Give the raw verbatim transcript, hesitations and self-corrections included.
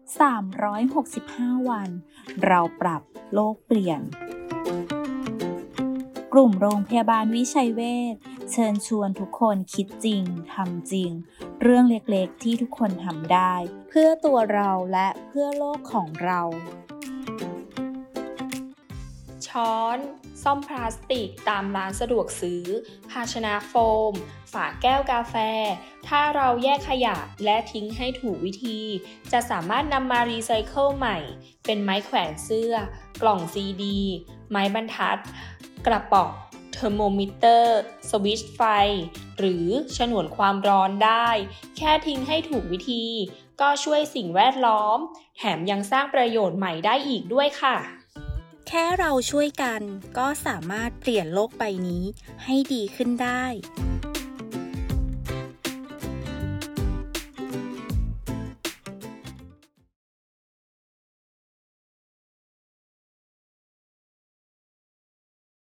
สามร้อยหกสิบห้า วันเราปรับโลกเปลี่ยนกลุ่มโรงพยาบาลวิชัยเวชเชิญชวนทุกคนคิดจริงทำจริงเรื่องเล็กๆที่ทุกคนทำได้เพื่อตัวเราและเพื่อโลกของเราช้อนซ่อมพลาสติกตามร้านสะดวกซื้อภาชนะโฟมฝาแก้วกาแฟถ้าเราแยกขยะและทิ้งให้ถูกวิธีจะสามารถนำมารีไซเคิลใหม่เป็นไม้แขวนเสื้อกล่องซีดีไม้บรรทัดกระป๋องเทอร์โมมิเตอร์สวิตช์ไฟหรือฉนวนความร้อนได้แค่ทิ้งให้ถูกวิธีก็ช่วยสิ่งแวดล้อมแถมยังสร้างประโยชน์ใหม่ได้อีกด้วยค่ะแค่เราช่วยกันก็สามารถเปลี่ยนโลกใบนี้ให้ดีขึ้นได้